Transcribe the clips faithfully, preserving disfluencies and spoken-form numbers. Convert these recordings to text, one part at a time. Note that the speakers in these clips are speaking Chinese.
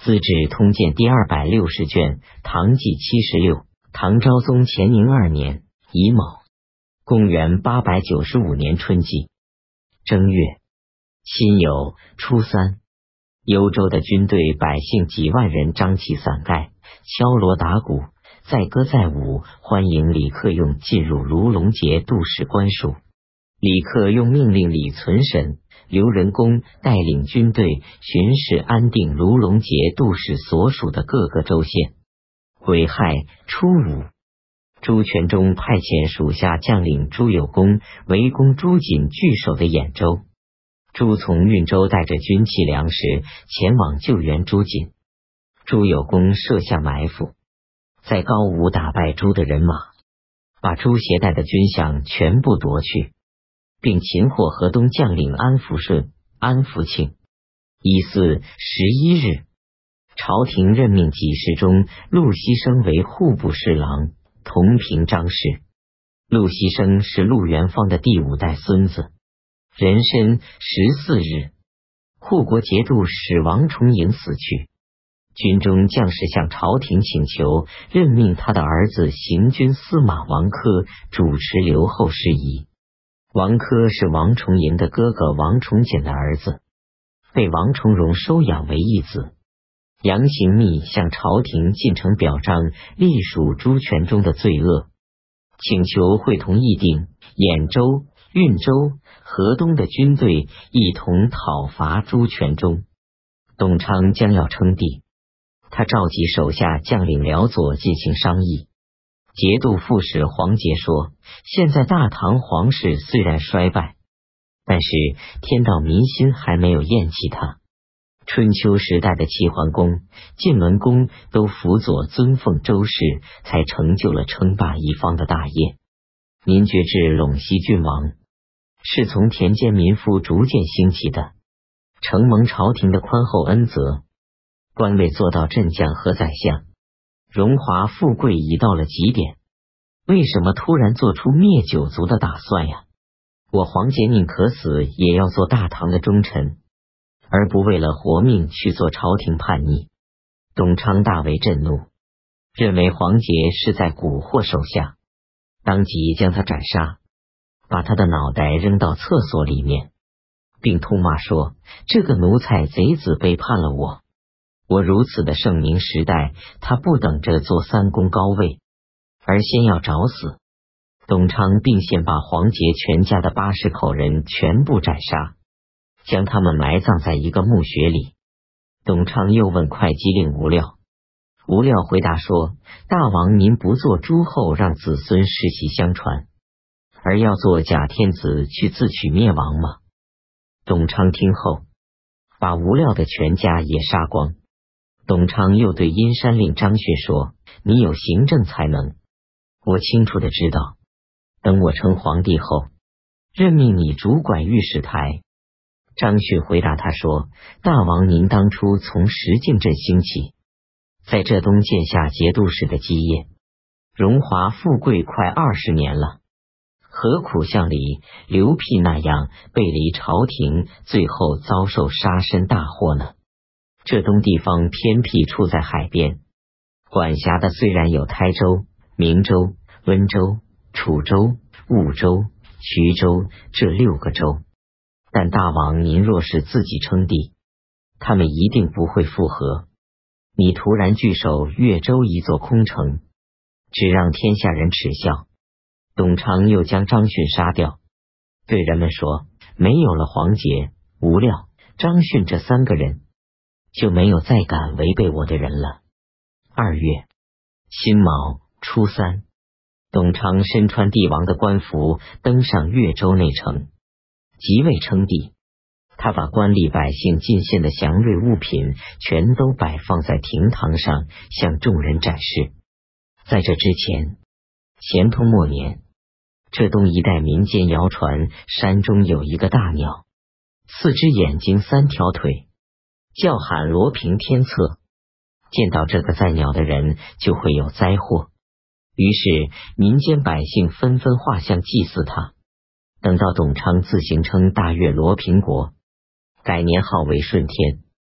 资治通鉴第二百六十卷，唐纪七十六，唐昭宗乾宁二年乙卯，公元八百九十五年春季正月辛酉初三，幽州的军队百姓几万人张起伞盖，敲锣打鼓，载歌载舞，欢迎李克用进入卢龙节度使官署。李克用命令李存审、刘仁恭带领军队巡视安定卢龙节度使所属的各个州县。癸亥初五，朱全忠派遣属下将领朱有功围攻朱瑾据守的兖州。朱从运州带着军器粮食前往救援朱瑾。朱有功设下埋伏，在高吴打败朱的人马，把朱携带的军饷全部夺去，并擒获河东将领安福顺、安福庆。乙巳十一日，朝廷任命给事中陆锡生为户部侍郎，同平章事。陆锡生是陆元芳的第五代孙子。壬申十四日，护国节度使王重营死去。军中将士向朝廷请求任命他的儿子行军司马王珂主持留后事宜。王珂是王重营的哥哥王重简的儿子，被王重荣收养为义子。杨行密向朝廷进呈表彰隶属朱全忠的罪恶，请求会同议定、兖州、运州、河东的军队一同讨伐朱全忠。董昌将要称帝，他召集手下将领辽左进行商议。节度副使黄杰说，现在大唐皇室虽然衰败，但是天道民心还没有厌弃他。春秋时代的齐桓公、晋文公都辅佐尊奉周氏，才成就了称霸一方的大业。您觉至陇西郡王是从田间民夫逐渐兴起的，承蒙朝廷的宽厚恩泽，官位做到镇将和宰相，荣华富贵已到了极点，为什么突然做出灭九族的打算呀？我黄杰宁可死也要做大唐的忠臣，而不为了活命去做朝廷叛逆。董昌大为震怒，认为黄杰是在蛊惑手下，当即将他斩杀，把他的脑袋扔到厕所里面，并痛骂说，这个奴才贼子背叛了我，我如此的盛名时代，他不等着做三公高位，而先要找死。董昌并先把黄杰全家的八十口人全部斩杀，将他们埋葬在一个墓穴里。董昌又问会稽令吴廖，吴廖回答说，大王您不做诸后让子孙世袭相传，而要做假天子去自取灭亡吗？董昌听后，把吴廖的全家也杀光。董昌又对阴山令张旭说，你有行政才能，我清楚的知道，等我成皇帝后，任命你主管御史台。张旭回答他说，大王您当初从石敬镇兴起，在浙东建下节度使的基业，荣华富贵快二十年了，何苦像李刘辟那样背离朝廷，最后遭受杀身大祸呢？浙东地方偏僻处在海边，管辖的虽然有台州、明州、温州、楚州、婺州、衢州这六个州，但大王您若是自己称帝，他们一定不会附和。你突然据守越州一座空城，只让天下人耻笑。董昌又将张逊杀掉，对人们说，没有了黄杰、吴廖、张逊这三个人，就没有再敢违背我的人了。二月辛卯初三，董昌身穿帝王的官服登上越州内城，即位称帝。他把官吏百姓进献的祥瑞物品全都摆放在亭堂上，向众人展示。在这之前，咸通末年，浙东一带民间谣传山中有一个大鸟，四只眼睛三条腿，叫喊罗平天策，见到这个载鸟的人就会有灾祸。于是民间百姓纷纷画像祭祀他。等到董昌自行称大越罗平国，改年号为顺天。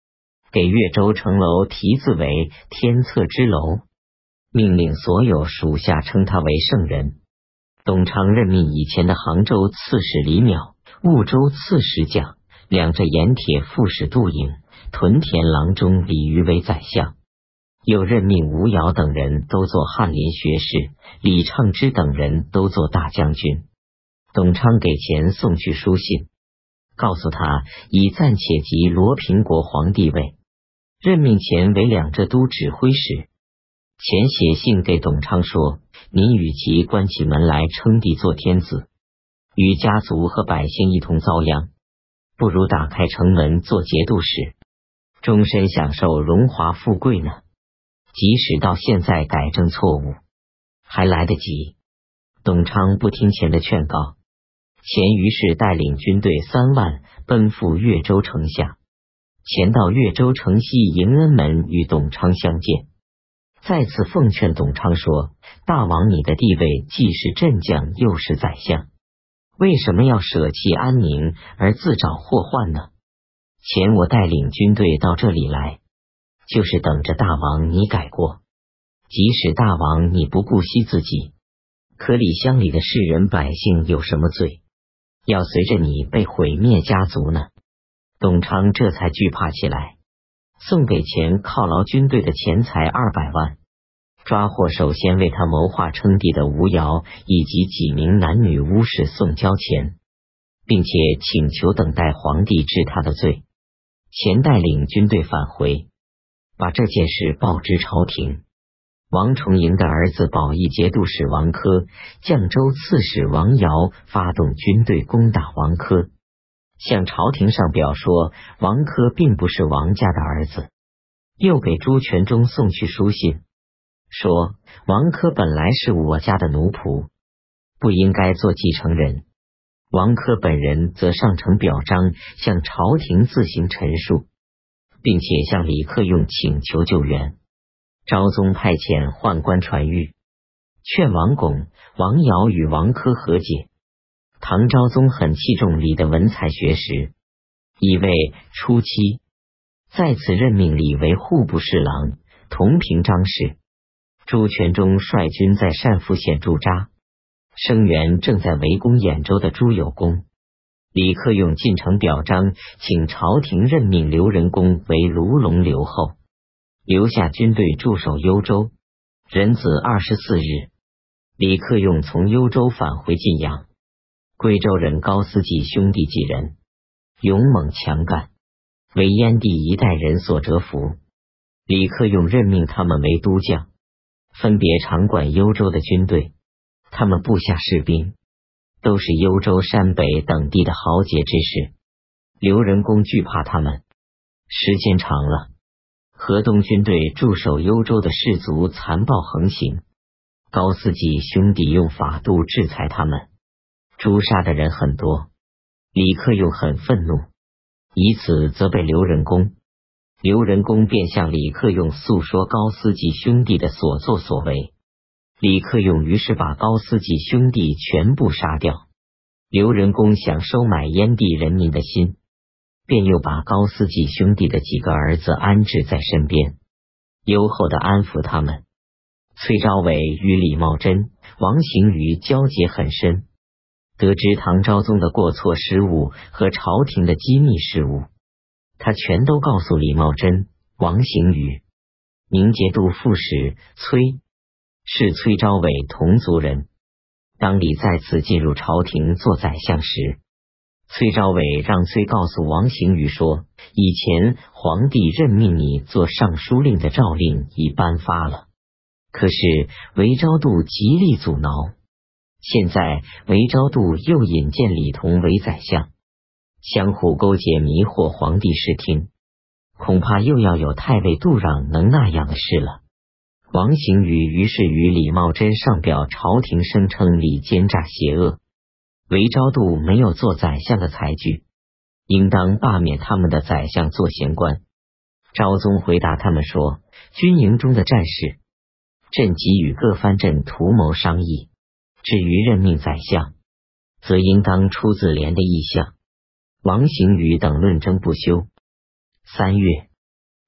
给越州城楼题字为天策之楼，命令所有属下称他为圣人。董昌任命以前的杭州刺史李邈、婺州刺史蒋、两浙盐铁副使杜颖、屯田郎中李渔为宰相，又任命吴瑶等人都做翰林学士，李畅之等人都做大将军。董昌给钱送去书信，告诉他已暂且即罗平国皇帝位，任命钱为两浙都指挥使。钱写信给董昌说：您与其关起门来称帝做天子，与家族和百姓一同遭殃，不如打开城门做节度使，终身享受荣华富贵呢。即使到现在改正错误，还来得及。董昌不听钱的劝告，钱于是带领军队三万奔赴越州城下。钱到越州城西迎恩门与董昌相见，再次奉劝董昌说：大王你的地位既是镇将又是宰相，为什么要舍弃安宁而自找祸患呢？钱我带领军队到这里来，就是等着大王你改过。即使大王你不顾惜自己，可里乡里的士人百姓有什么罪，要随着你被毁灭家族呢？董昌这才惧怕起来，送给钱犒劳军队的钱财二百万，抓获首先为他谋划称帝的吴瑶以及几名男女巫士送交钱，并且请求等待皇帝治他的罪。钱带领军队返回，把这件事报知朝廷。王重营的儿子保义节度使王珂、绛州刺史王尧发动军队攻打王珂，向朝廷上表说王珂并不是王家的儿子，又给朱全忠送去书信，说王珂本来是我家的奴仆，不应该做继承人。王珂本人则上呈表彰，向朝廷自行陈述，并且向李克用请求救援。昭宗派遣宦官传谕，劝王巩、王尧与王珂和解。唐昭宗很器重李的文才学识，以为初期再次任命李为户部侍郎、同平章事。朱全忠率军在单父县驻扎，声援正在围攻兖州的朱有功。李克用进城表彰，请朝廷任命刘仁恭为卢龙留后，留下军队驻守幽州。壬子二十四日，李克用从幽州返回晋阳。贵州人高思济兄弟几人，勇猛强干，为燕地一代人所折服。李克用任命他们为都将，分别掌管幽州的军队。他们部下士兵都是幽州、山北等地的豪杰之士。刘仁恭惧怕他们，时间长了，河东军队驻守幽州的士卒残暴横行，高思济兄弟用法度制裁他们，诛杀的人很多。李克用很愤怒，以此责备刘仁恭。刘仁恭便向李克用诉说高思济兄弟的所作所为。李克用于是把高思济兄弟全部杀掉。刘仁恭想收买燕地人民的心，便又把高思济兄弟的几个儿子安置在身边，优厚的安抚他们。崔昭伟与李茂贞、王行瑜交结很深，得知唐昭宗的过错失误和朝廷的机密事务，他全都告诉李茂贞、王行瑜。宁节度副使崔是崔昭伟同族人。当李再次进入朝廷做宰相时，崔昭伟让崔告诉王行瑜说，以前皇帝任命你做尚书令的诏令已颁发了，可是韦昭度极力阻挠，现在韦昭度又引荐李同为宰相，相互勾结迷惑皇帝视听，恐怕又要有太尉杜壤能那样的事了。王行瑜于是与李茂贞上表朝廷，声称李奸诈邪恶，韦昭度没有做宰相的才具，应当罢免他们的宰相做闲官。昭宗回答他们说，军营中的战事，朕即与各藩镇图谋商议，至于任命宰相，则应当出自廉的意向。王行瑜等论争不休。三月，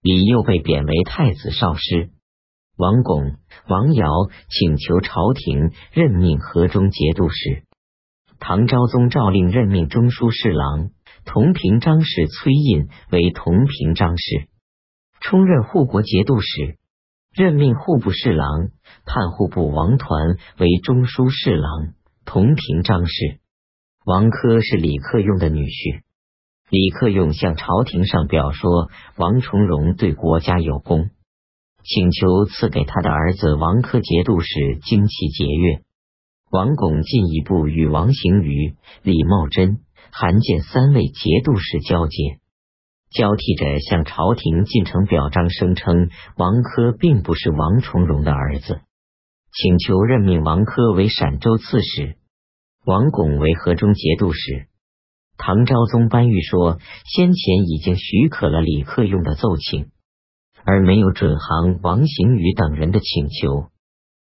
李又被贬为太子少师。王拱、王尧请求朝廷任命河中节度使。唐昭宗诏令任命中书侍郎、同平章事崔胤为同平章事，充任护国节度使，任命户部侍郎、判户部王团为中书侍郎、同平章事。王珂是李克用的女婿。李克用向朝廷上表说王重荣对国家有功，请求赐给他的儿子王珂节度使经其节钺。王拱进一步与王行瑜、李茂贞、韩建三位节度使交接，交替着向朝廷进呈表彰，声称王珂并不是王重荣的儿子，请求任命王珂为陕州刺史，王拱为河中节度使。唐昭宗颁谕说，先前已经许可了李克用的奏请，而没有准行王行瑜等人的请求。